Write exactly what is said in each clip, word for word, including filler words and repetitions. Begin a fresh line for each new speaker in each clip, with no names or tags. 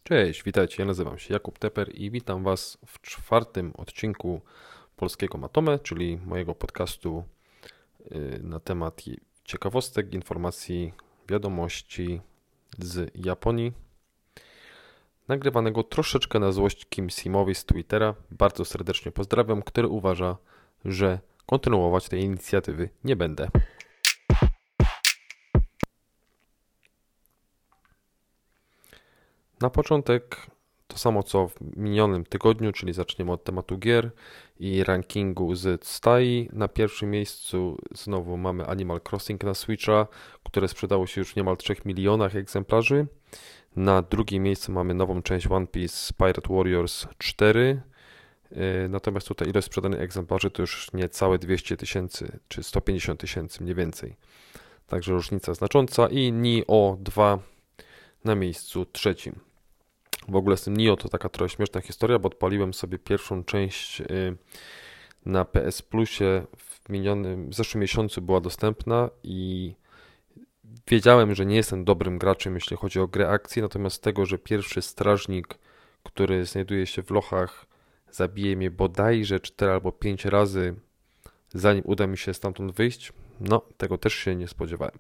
Cześć, witajcie, ja nazywam się Jakub Teper i witam Was w czwartym odcinku Polskiego Matome, czyli mojego podcastu y, na temat ciekawostek, informacji, wiadomości z Japonii. Nagrywanego troszeczkę na złość Kim Simowi z Twittera. Bardzo serdecznie pozdrawiam, który uważa, że kontynuować tej inicjatywy nie będę. Na początek to samo co w minionym tygodniu, czyli zaczniemy od tematu gier i rankingu z stai. Na pierwszym miejscu znowu mamy Animal Crossing na Switcha, które sprzedało się już w niemal trzech milionach egzemplarzy. Na drugim miejscu mamy nową część One Piece Pirate Warriors cztery. Natomiast tutaj ilość sprzedanych egzemplarzy to już niecałe dwieście tysięcy czy sto pięćdziesiąt tysięcy mniej więcej. Także różnica znacząca i Nioh dwa na miejscu trzecim. W ogóle z tym Nioh to taka trochę śmieszna historia, bo odpaliłem sobie pierwszą część na P S Plusie w minionym, w zeszłym miesiącu była dostępna i wiedziałem, że nie jestem dobrym graczem, jeśli chodzi o grę akcji, natomiast tego, że pierwszy strażnik, który znajduje się w lochach, zabije mnie bodajże cztery albo pięć razy, zanim uda mi się stamtąd wyjść, no tego też się nie spodziewałem.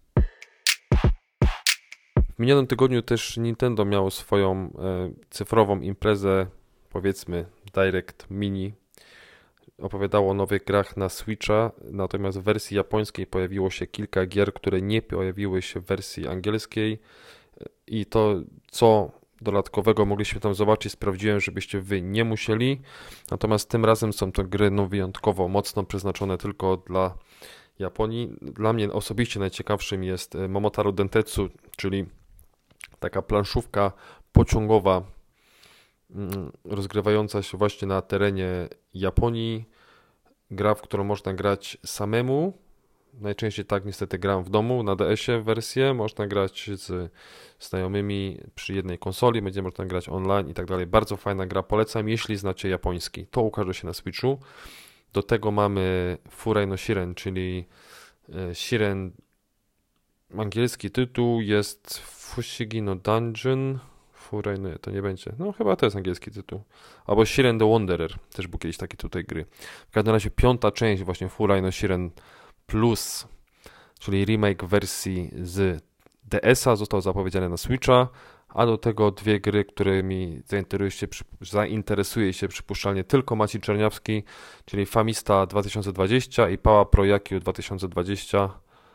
W minionym tygodniu też Nintendo miało swoją e, cyfrową imprezę, powiedzmy Direct Mini. Opowiadało o nowych grach na Switcha, natomiast w wersji japońskiej pojawiło się kilka gier, które nie pojawiły się w wersji angielskiej i to, co dodatkowego mogliśmy tam zobaczyć, sprawdziłem, żebyście wy nie musieli. Natomiast tym razem są to gry no, wyjątkowo mocno przeznaczone tylko dla Japonii. Dla mnie osobiście najciekawszym jest Momotaro Dentetsu, czyli taka planszówka pociągowa rozgrywająca się właśnie na terenie Japonii. Gra, w którą można grać samemu. Najczęściej tak niestety gram w domu, na D S ie wersję. Można grać z znajomymi przy jednej konsoli, będzie można grać online i tak dalej. Bardzo fajna gra, polecam, jeśli znacie japoński. To ukaże się na Switchu. Do tego mamy Furai no Shiren, czyli Shiren, angielski tytuł jest Fushigi no Dungeon. Furai, no to nie będzie. No chyba to jest angielski tytuł. Albo Shiren the Wanderer. Też był kiedyś taki tutaj gry. W każdym razie piąta część właśnie Furai no Shiren Plus, czyli remake wersji z D S a został zapowiedziany na Switcha, a do tego dwie gry, którymi zainteresuje się przypuszczalnie tylko Maciej Czerniawski, czyli Famista dwa tysiące dwadzieścia i Power Pro Yaku dwa tysiące dwadzieścia.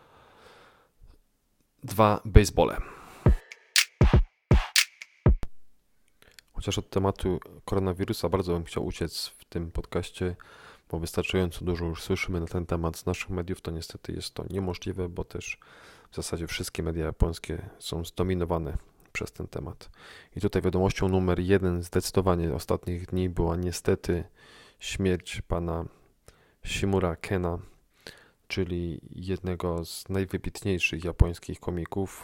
Dwa basebole. Chociaż od tematu koronawirusa bardzo bym chciał uciec w tym podcaście, bo wystarczająco dużo już słyszymy na ten temat z naszych mediów, to niestety jest to niemożliwe, bo też w zasadzie wszystkie media japońskie są zdominowane przez ten temat. I tutaj wiadomością numer jeden zdecydowanie ostatnich dni była niestety śmierć pana Shimura Kena, czyli jednego z najwybitniejszych japońskich komików,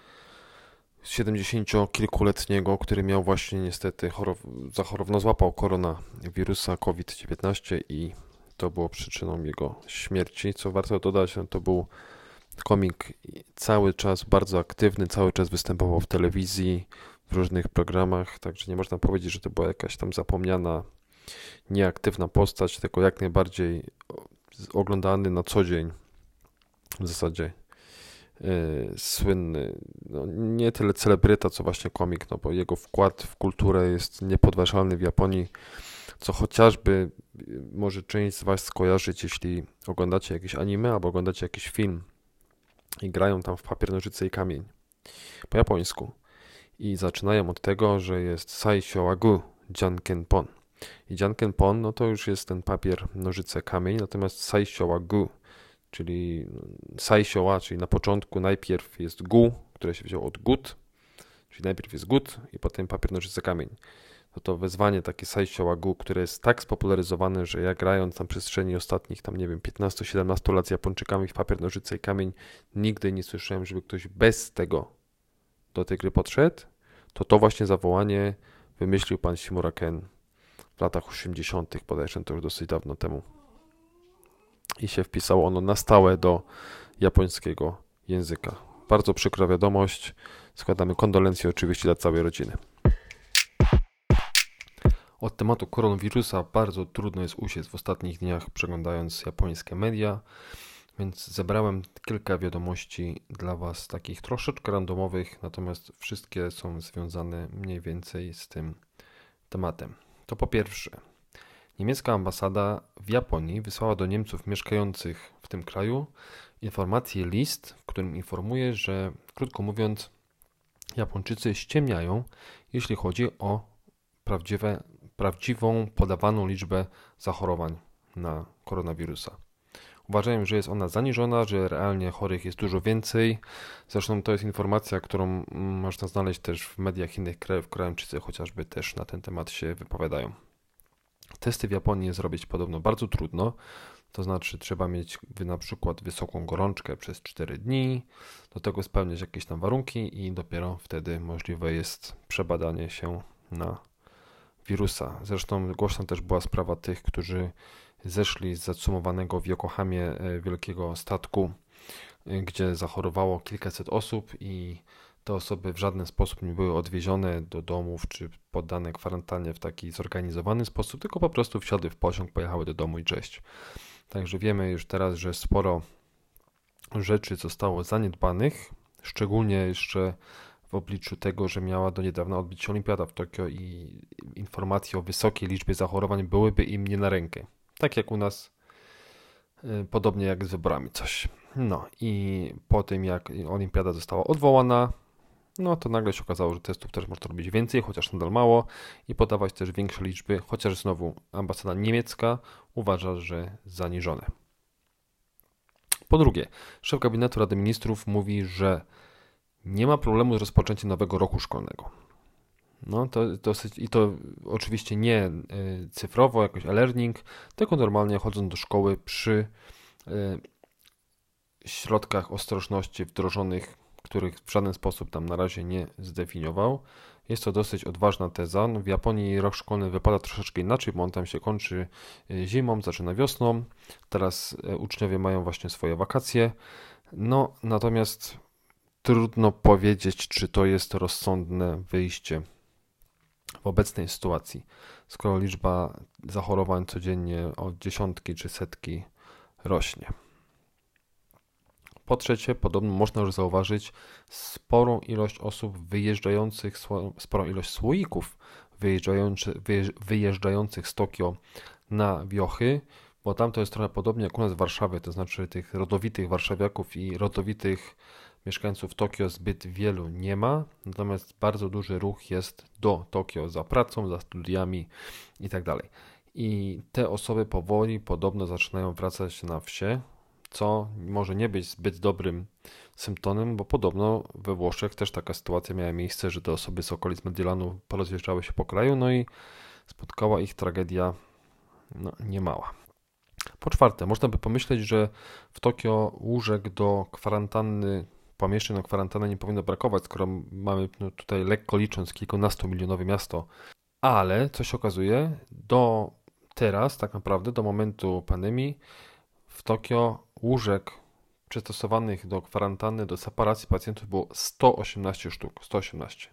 siedemdziesięciokilkuletniego, który miał właśnie niestety chorow- zachorował, no, złapał koronawirusa COVID dziewiętnaście i to było przyczyną jego śmierci. Co warto dodać, no to był komik cały czas bardzo aktywny, cały czas występował w telewizji, w różnych programach, także nie można powiedzieć, że to była jakaś tam zapomniana, nieaktywna postać, tylko jak najbardziej oglądany na co dzień w zasadzie. Yy, słynny, no, nie tyle celebryta, co właśnie komik, no bo jego wkład w kulturę jest niepodważalny w Japonii, co chociażby może część z Was skojarzyć, jeśli oglądacie jakieś anime albo oglądacie jakiś film i grają tam w papier, nożyce i kamień po japońsku i zaczynają od tego, że jest Saisho Wagu Jankenpon i Jankenpon, no to już jest ten papier, nożyce, kamień, natomiast Saisho Wagu, czyli Saisho, czyli na początku najpierw jest gu, które się wzięło od gut, czyli najpierw jest gut i potem papier, nożyce, kamień. No to wezwanie takie Saisho gu, które jest tak spopularyzowane, że ja grając na przestrzeni ostatnich tam nie wiem piętnaście siedemnaście lat z Japończykami w papier, nożyce i kamień nigdy nie słyszałem, żeby ktoś bez tego do tej gry podszedł, to to właśnie zawołanie wymyślił pan Shimura Ken w latach osiemdziesiątych, bodajże to już dosyć dawno temu. I się wpisało ono na stałe do japońskiego języka. Bardzo przykra wiadomość. Składamy kondolencje oczywiście dla całej rodziny. Od tematu koronawirusa bardzo trudno jest uciec w ostatnich dniach, przeglądając japońskie media, więc zebrałem kilka wiadomości dla Was, takich troszeczkę randomowych, natomiast wszystkie są związane mniej więcej z tym tematem. To po pierwsze, niemiecka ambasada w Japonii wysłała do Niemców mieszkających w tym kraju informację, list, w którym informuje, że krótko mówiąc, Japończycy ściemniają, jeśli chodzi o prawdziwe, prawdziwą podawaną liczbę zachorowań na koronawirusa. Uważają, że jest ona zaniżona, że realnie chorych jest dużo więcej. Zresztą to jest informacja, którą można znaleźć też w mediach innych krajów. Koreańczycy chociażby też na ten temat się wypowiadają. Testy w Japonii jest zrobić podobno bardzo trudno. To znaczy trzeba mieć na przykład wysoką gorączkę przez cztery dni, do tego spełniać jakieś tam warunki i dopiero wtedy możliwe jest przebadanie się na wirusa. Zresztą głośna też była sprawa tych, którzy zeszli z zacumowanego w Yokohamie wielkiego statku, gdzie zachorowało kilkaset osób i te osoby w żaden sposób nie były odwiezione do domów czy poddane kwarantannie w taki zorganizowany sposób, tylko po prostu wsiadły w pociąg, pojechały do domu i cześć. Także wiemy już teraz, że sporo rzeczy zostało zaniedbanych, szczególnie jeszcze w obliczu tego, że miała do niedawna odbyć się Olimpiada w Tokio i informacje o wysokiej liczbie zachorowań byłyby im nie na rękę. Tak jak u nas, podobnie jak z wyborami coś. No i po tym jak Olimpiada została odwołana, no to nagle się okazało, że testów też można robić więcej, chociaż nadal mało i podawać też większe liczby, chociaż znowu ambasada niemiecka uważa, że zaniżone. Po drugie, szef gabinetu Rady Ministrów mówi, że nie ma problemu z rozpoczęciem nowego roku szkolnego. No to dosyć, i to oczywiście nie y, cyfrowo, jakoś e-learning, tylko normalnie chodząc do szkoły przy y, środkach ostrożności wdrożonych, których w żaden sposób tam na razie nie zdefiniował. Jest to dosyć odważna teza. No w Japonii rok szkolny wypada troszeczkę inaczej, bo on tam się kończy zimą, zaczyna wiosną. Teraz uczniowie mają właśnie swoje wakacje. No natomiast trudno powiedzieć, czy to jest rozsądne wyjście w obecnej sytuacji, skoro liczba zachorowań codziennie o dziesiątki czy setki rośnie. Po trzecie, podobno można już zauważyć sporą ilość osób wyjeżdżających, sporą ilość słoików wyjeżdżających z Tokio na wiochy, bo tam to jest trochę podobnie jak u nas w Warszawie, to znaczy tych rodowitych warszawiaków i rodowitych mieszkańców Tokio zbyt wielu nie ma, natomiast bardzo duży ruch jest do Tokio za pracą, za studiami i tak dalej. I te osoby powoli podobno zaczynają wracać na wsie, co może nie być zbyt dobrym symptomem, bo podobno we Włoszech też taka sytuacja miała miejsce, że te osoby z okolic Mediolanu porozjeżdżały się po kraju, no i spotkała ich tragedia no, niemała. Po czwarte, można by pomyśleć, że w Tokio łóżek do kwarantanny, pomieszczeń na kwarantannę nie powinno brakować, skoro mamy no, tutaj lekko licząc kilkunastomilionowe miasto, ale co się okazuje, do teraz tak naprawdę, do momentu pandemii w Tokio łóżek przystosowanych do kwarantanny, do separacji pacjentów było sto osiemnaście sztuk. sto osiemnaście.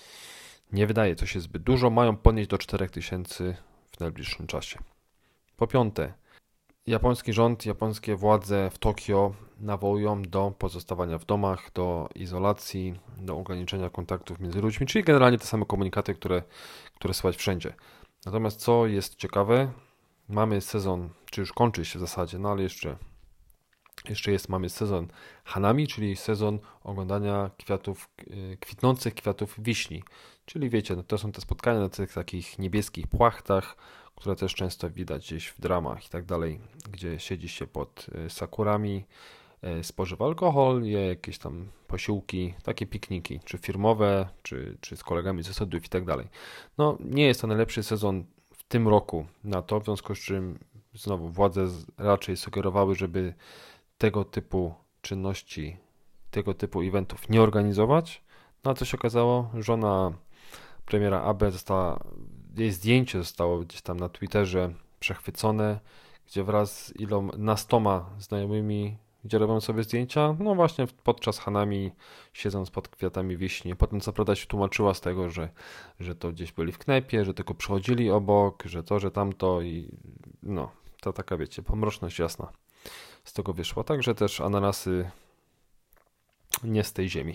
Nie wydaje to się zbyt dużo, mają podnieść do czterech tysięcy w najbliższym czasie. Po piąte, japoński rząd, japońskie władze w Tokio nawołują do pozostawania w domach, do izolacji, do ograniczenia kontaktów między ludźmi, czyli generalnie te same komunikaty, które, które słychać wszędzie. Natomiast co jest ciekawe, mamy sezon, czy już kończy się w zasadzie, no ale jeszcze, jeszcze jest, mamy sezon hanami, czyli sezon oglądania kwiatów, kwitnących kwiatów wiśni. Czyli wiecie, no to są te spotkania na tych takich niebieskich płachtach, które też często widać gdzieś w dramach i tak dalej, gdzie siedzi się pod sakurami, spożywa alkohol, je jakieś tam posiłki, takie pikniki, czy firmowe, czy, czy z kolegami ze studiów i tak dalej. No nie jest to najlepszy sezon w tym roku na to, w związku z czym znowu władze raczej sugerowały, żeby tego typu czynności, tego typu eventów nie organizować. No a co się okazało? Żona premiera Abe została, jej zdjęcie zostało gdzieś tam na Twitterze przechwycone, gdzie wraz z iloma nastoma znajomymi gdzie robią sobie zdjęcia, no właśnie podczas hanami, siedząc pod kwiatami wiśni. Potem co prawda się tłumaczyła z tego, że, że to gdzieś byli w knajpie, że tylko przechodzili obok, że to, że tamto i no, to taka wiecie, pomroczność jasna z tego wyszła. Także też ananasy nie z tej ziemi.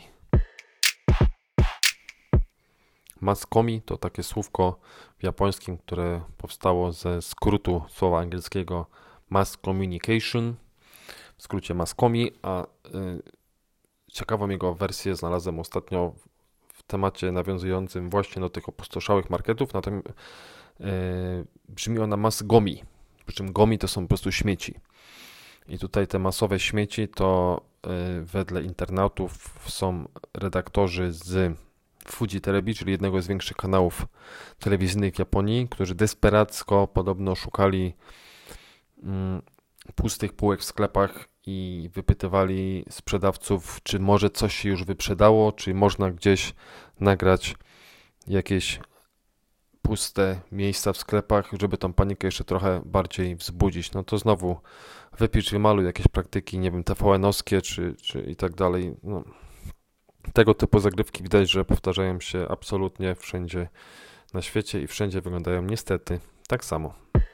Maskomi to takie słówko w japońskim, które powstało ze skrótu słowa angielskiego mass communication, w skrócie maskomi, a y, ciekawą jego wersję znalazłem ostatnio w temacie nawiązującym właśnie do tych opustoszałych marketów, natomiast y, brzmi ona masgomi, przy czym gomi to są po prostu śmieci. I tutaj te masowe śmieci to y, wedle internautów są redaktorzy z Fuji Telebi, czyli jednego z większych kanałów telewizyjnych w Japonii, którzy desperacko podobno szukali mm, pustych półek w sklepach i wypytywali sprzedawców, czy może coś się już wyprzedało, czy można gdzieś nagrać jakieś puste miejsca w sklepach, żeby tą panikę jeszcze trochę bardziej wzbudzić. No to znowu wypisz wymaluj jakieś praktyki, nie wiem, T V N-owskie czy, czy i tak dalej. No, tego typu zagrywki widać, że powtarzają się absolutnie wszędzie na świecie i wszędzie wyglądają niestety tak samo.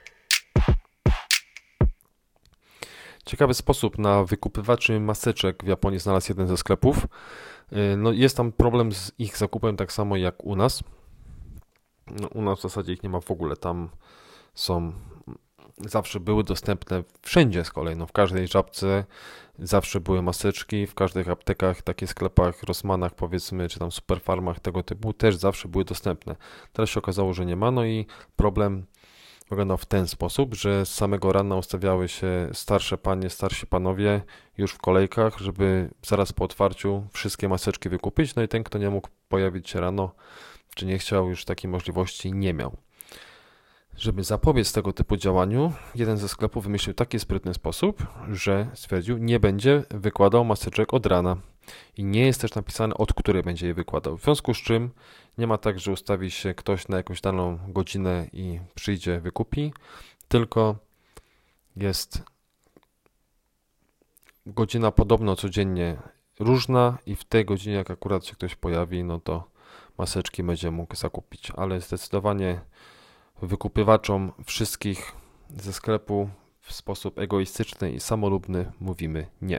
Ciekawy sposób na wykupywaczy maseczek w Japonii znalazł jeden ze sklepów. No, jest tam problem z ich zakupem tak samo jak u nas. No, u nas w zasadzie ich nie ma w ogóle. Tam są, zawsze były dostępne wszędzie z kolei. No, w każdej żabce zawsze były maseczki, w każdych aptekach, takich sklepach, Rossmanach powiedzmy, czy tam Superfarmach tego typu też zawsze były dostępne. Teraz się okazało, że nie ma, no i problem wyglądał w ten sposób, że z samego rana ustawiały się starsze panie, starsi panowie już w kolejkach, żeby zaraz po otwarciu wszystkie maseczki wykupić, no i ten, kto nie mógł pojawić się rano, czy nie chciał, już takiej możliwości nie miał. Żeby zapobiec tego typu działaniu, jeden ze sklepów wymyślił taki sprytny sposób, że stwierdził, nie będzie wykładał maseczek od rana i nie jest też napisane, od której będzie je wykładał. W związku z czym nie ma tak, że ustawi się ktoś na jakąś daną godzinę i przyjdzie, wykupi, tylko jest godzina podobno codziennie różna i w tej godzinie, jak akurat się ktoś pojawi, no to maseczki będzie mógł zakupić, ale zdecydowanie wykupywaczom wszystkich ze sklepu w sposób egoistyczny i samolubny mówimy nie.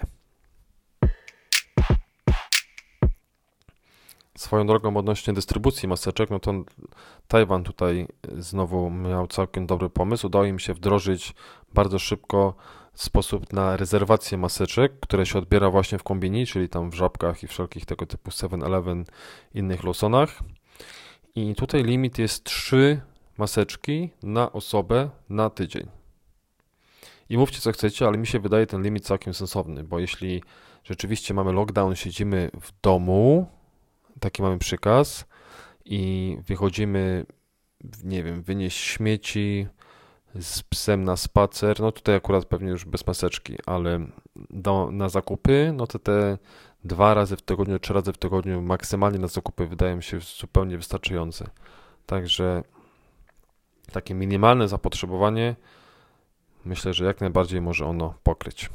Swoją drogą odnośnie dystrybucji maseczek, no to Tajwan tutaj znowu miał całkiem dobry pomysł. Udało im się wdrożyć bardzo szybko sposób na rezerwację maseczek, które się odbiera właśnie w kombini, czyli tam w Żabkach i wszelkich tego typu seven eleven, innych Lawsonach. I tutaj limit jest trzy maseczki na osobę na tydzień. I mówcie co chcecie, ale mi się wydaje ten limit całkiem sensowny, bo jeśli rzeczywiście mamy lockdown, siedzimy w domu, taki mamy przykaz i wychodzimy, nie wiem, wynieść śmieci z psem na spacer, no tutaj akurat pewnie już bez maseczki, ale do, na zakupy, no to te dwa razy w tygodniu, trzy razy w tygodniu maksymalnie na zakupy wydają mi się zupełnie wystarczające. Także takie minimalne zapotrzebowanie myślę, że jak najbardziej może ono pokryć.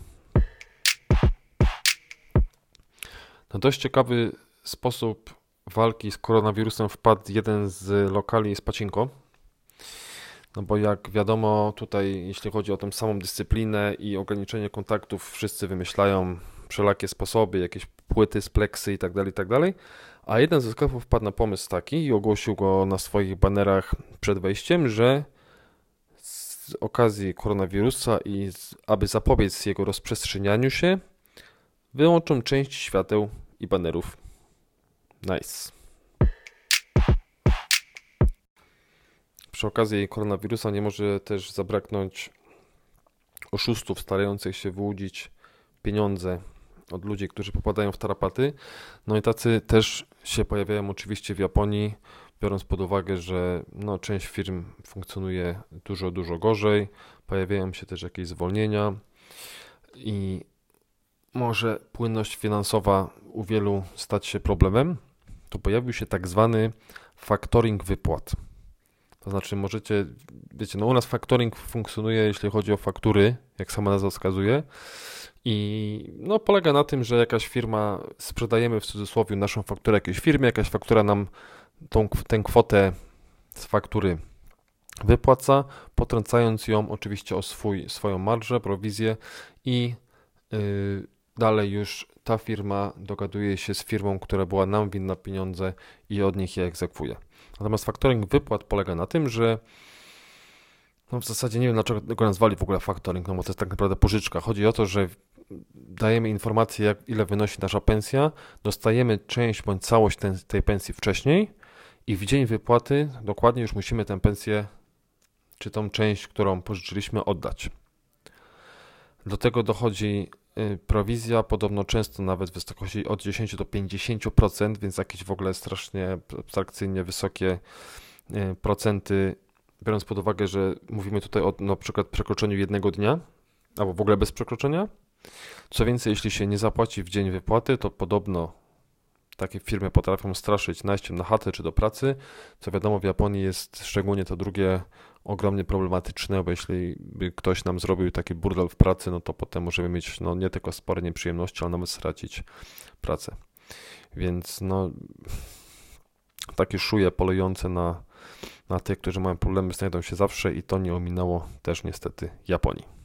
Na dość ciekawy sposób walki z koronawirusem wpadł jeden z lokali z Pacinko. No bo jak wiadomo, tutaj jeśli chodzi o tę samą dyscyplinę i ograniczenie kontaktów, wszyscy wymyślają wszelakie sposoby, jakieś płyty z pleksy i tak dalej, i tak dalej. A jeden ze sklepów wpadł na pomysł taki i ogłosił go na swoich banerach przed wejściem, że z okazji koronawirusa i z, aby zapobiec jego rozprzestrzenianiu się, wyłączą część świateł i banerów. Nice. Przy okazji koronawirusa nie może też zabraknąć oszustów starających się wyłudzić pieniądze od ludzi, którzy popadają w tarapaty. No i tacy też się pojawiają oczywiście w Japonii, biorąc pod uwagę, że no, część firm funkcjonuje dużo, dużo gorzej. Pojawiają się też jakieś zwolnienia i może płynność finansowa u wielu stać się problemem. To pojawił się tak zwany factoring wypłat. To znaczy możecie, wiecie, no u nas factoring funkcjonuje, jeśli chodzi o faktury, jak sama nazwa wskazuje, I no, polega na tym, że jakaś firma, sprzedajemy w cudzysłowie naszą fakturę jakiejś firmie, jakaś faktura nam tą, tę kwotę z faktury wypłaca, potrącając ją oczywiście o swój, swoją marżę, prowizję i yy, dalej już ta firma dogaduje się z firmą, która była nam winna pieniądze i od nich je egzekwuje. Natomiast faktoring wypłat polega na tym, że no w zasadzie nie wiem, dlaczego go nazwali w ogóle faktoring, no bo to jest tak naprawdę pożyczka. Chodzi o to, że dajemy informację, jak, ile wynosi nasza pensja, dostajemy część bądź całość ten, tej pensji wcześniej i w dzień wypłaty dokładnie już musimy tę pensję, czy tą część, którą pożyczyliśmy, oddać. Do tego dochodzi y, prowizja, podobno często nawet w wysokości od dziesięć do pięćdziesięciu procent, więc jakieś w ogóle strasznie abstrakcyjnie wysokie y, procenty, biorąc pod uwagę, że mówimy tutaj o na przykład przekroczeniu jednego dnia, albo w ogóle bez przekroczenia. Co więcej, jeśli się nie zapłaci w dzień wypłaty, to podobno takie firmy potrafią straszyć najściem na chatę czy do pracy, co wiadomo w Japonii jest szczególnie to drugie ogromnie problematyczne, bo jeśli by ktoś nam zrobił taki burdel w pracy, no to potem możemy mieć no, nie tylko spore nieprzyjemności, ale nawet stracić pracę. Więc no takie szuje polujące na, na tych, którzy mają problemy, znajdą się zawsze i to nie ominęło też niestety Japonii.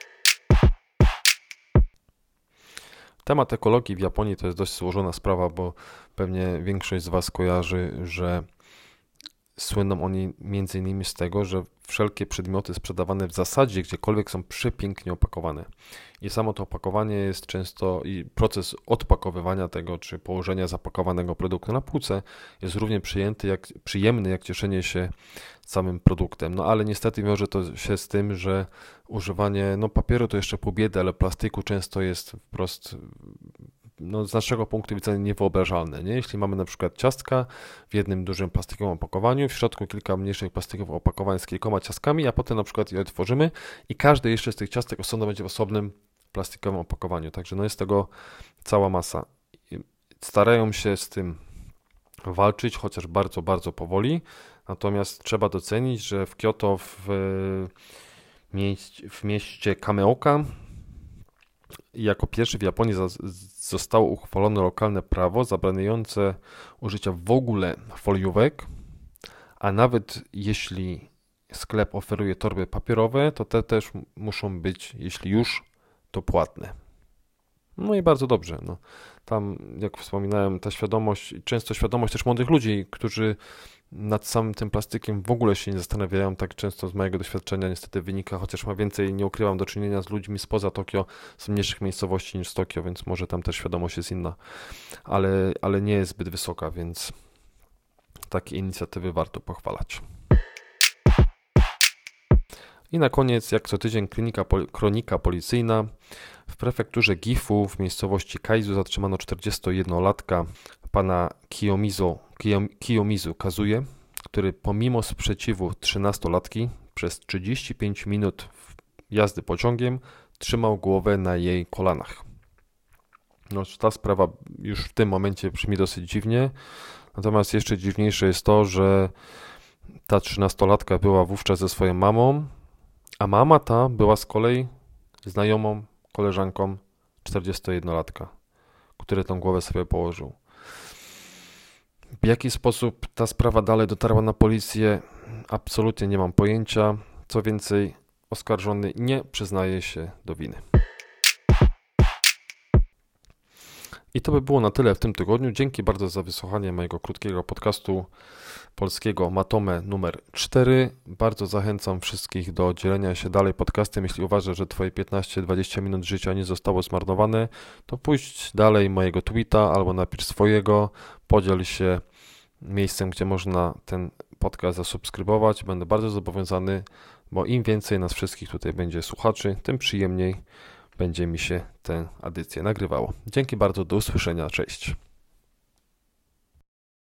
Temat ekologii w Japonii to jest dość złożona sprawa, bo pewnie większość z Was kojarzy, że słyną oni między innymi z tego, że wszelkie przedmioty sprzedawane w zasadzie gdziekolwiek są przepięknie opakowane. I samo to opakowanie jest często i proces odpakowywania tego, czy położenia zapakowanego produktu na półce jest równie przyjęty jak, przyjemny jak cieszenie się samym produktem. No ale niestety wiąże to się z tym, że używanie no papieru to jeszcze pół biedy, ale plastiku często jest wprost no, z naszego punktu widzenia niewyobrażalne. Nie? Jeśli mamy na przykład ciastka w jednym dużym plastikowym opakowaniu, w środku kilka mniejszych plastikowych opakowań z kilkoma ciastkami, a potem na przykład je otworzymy i każde jeszcze z tych ciastek osobno będzie w osobnym plastikowym opakowaniu. Także no jest tego cała masa. Starają się z tym walczyć, chociaż bardzo, bardzo powoli. Natomiast trzeba docenić, że w Kyoto, w, mieście, w mieście Kameoka, jako pierwszy w Japonii zostało uchwalone lokalne prawo zabraniające użycia w ogóle foliówek, a nawet jeśli sklep oferuje torby papierowe, to te też muszą być, jeśli już, to płatne. No i bardzo dobrze. No. Tam, jak wspominałem, ta świadomość, często świadomość też młodych ludzi, którzy nad samym tym plastykiem w ogóle się nie zastanawiają, tak często z mojego doświadczenia niestety wynika, chociaż ma więcej, nie ukrywam, do czynienia z ludźmi spoza Tokio, z mniejszych miejscowości niż z Tokio, więc może tam też świadomość jest inna, ale, ale nie jest zbyt wysoka, więc takie inicjatywy warto pochwalać. I na koniec, jak co tydzień, klinika, kronika policyjna. W prefekturze Gifu w miejscowości Kaizu zatrzymano czterdziestojednolatka pana Kiyomizu, Kiyomizu Kazuje, który pomimo sprzeciwu trzynastolatki przez trzydzieści pięć minut jazdy pociągiem trzymał głowę na jej kolanach. No, ta sprawa już w tym momencie brzmi dosyć dziwnie, natomiast jeszcze dziwniejsze jest to, że ta trzynastolatka była wówczas ze swoją mamą, a mama ta była z kolei znajomą, koleżanką czterdziestojednolatka, który tą głowę sobie położył. W jaki sposób ta sprawa dalej dotarła na policję, absolutnie nie mam pojęcia. Co więcej, oskarżony nie przyznaje się do winy. I to by było na tyle w tym tygodniu. Dzięki bardzo za wysłuchanie mojego krótkiego podcastu polskiego Matome numer cztery. Bardzo zachęcam wszystkich do dzielenia się dalej podcastem. Jeśli uważasz, że Twoje piętnaście dwadzieścia minut życia nie zostało zmarnowane, to pójdź dalej mojego tweeta albo napisz swojego. Podziel się miejscem, gdzie można ten podcast zasubskrybować. Będę bardzo zobowiązany, bo im więcej nas wszystkich tutaj będzie słuchaczy, tym przyjemniej będzie mi się tę audycję nagrywało. Dzięki bardzo, do usłyszenia, cześć.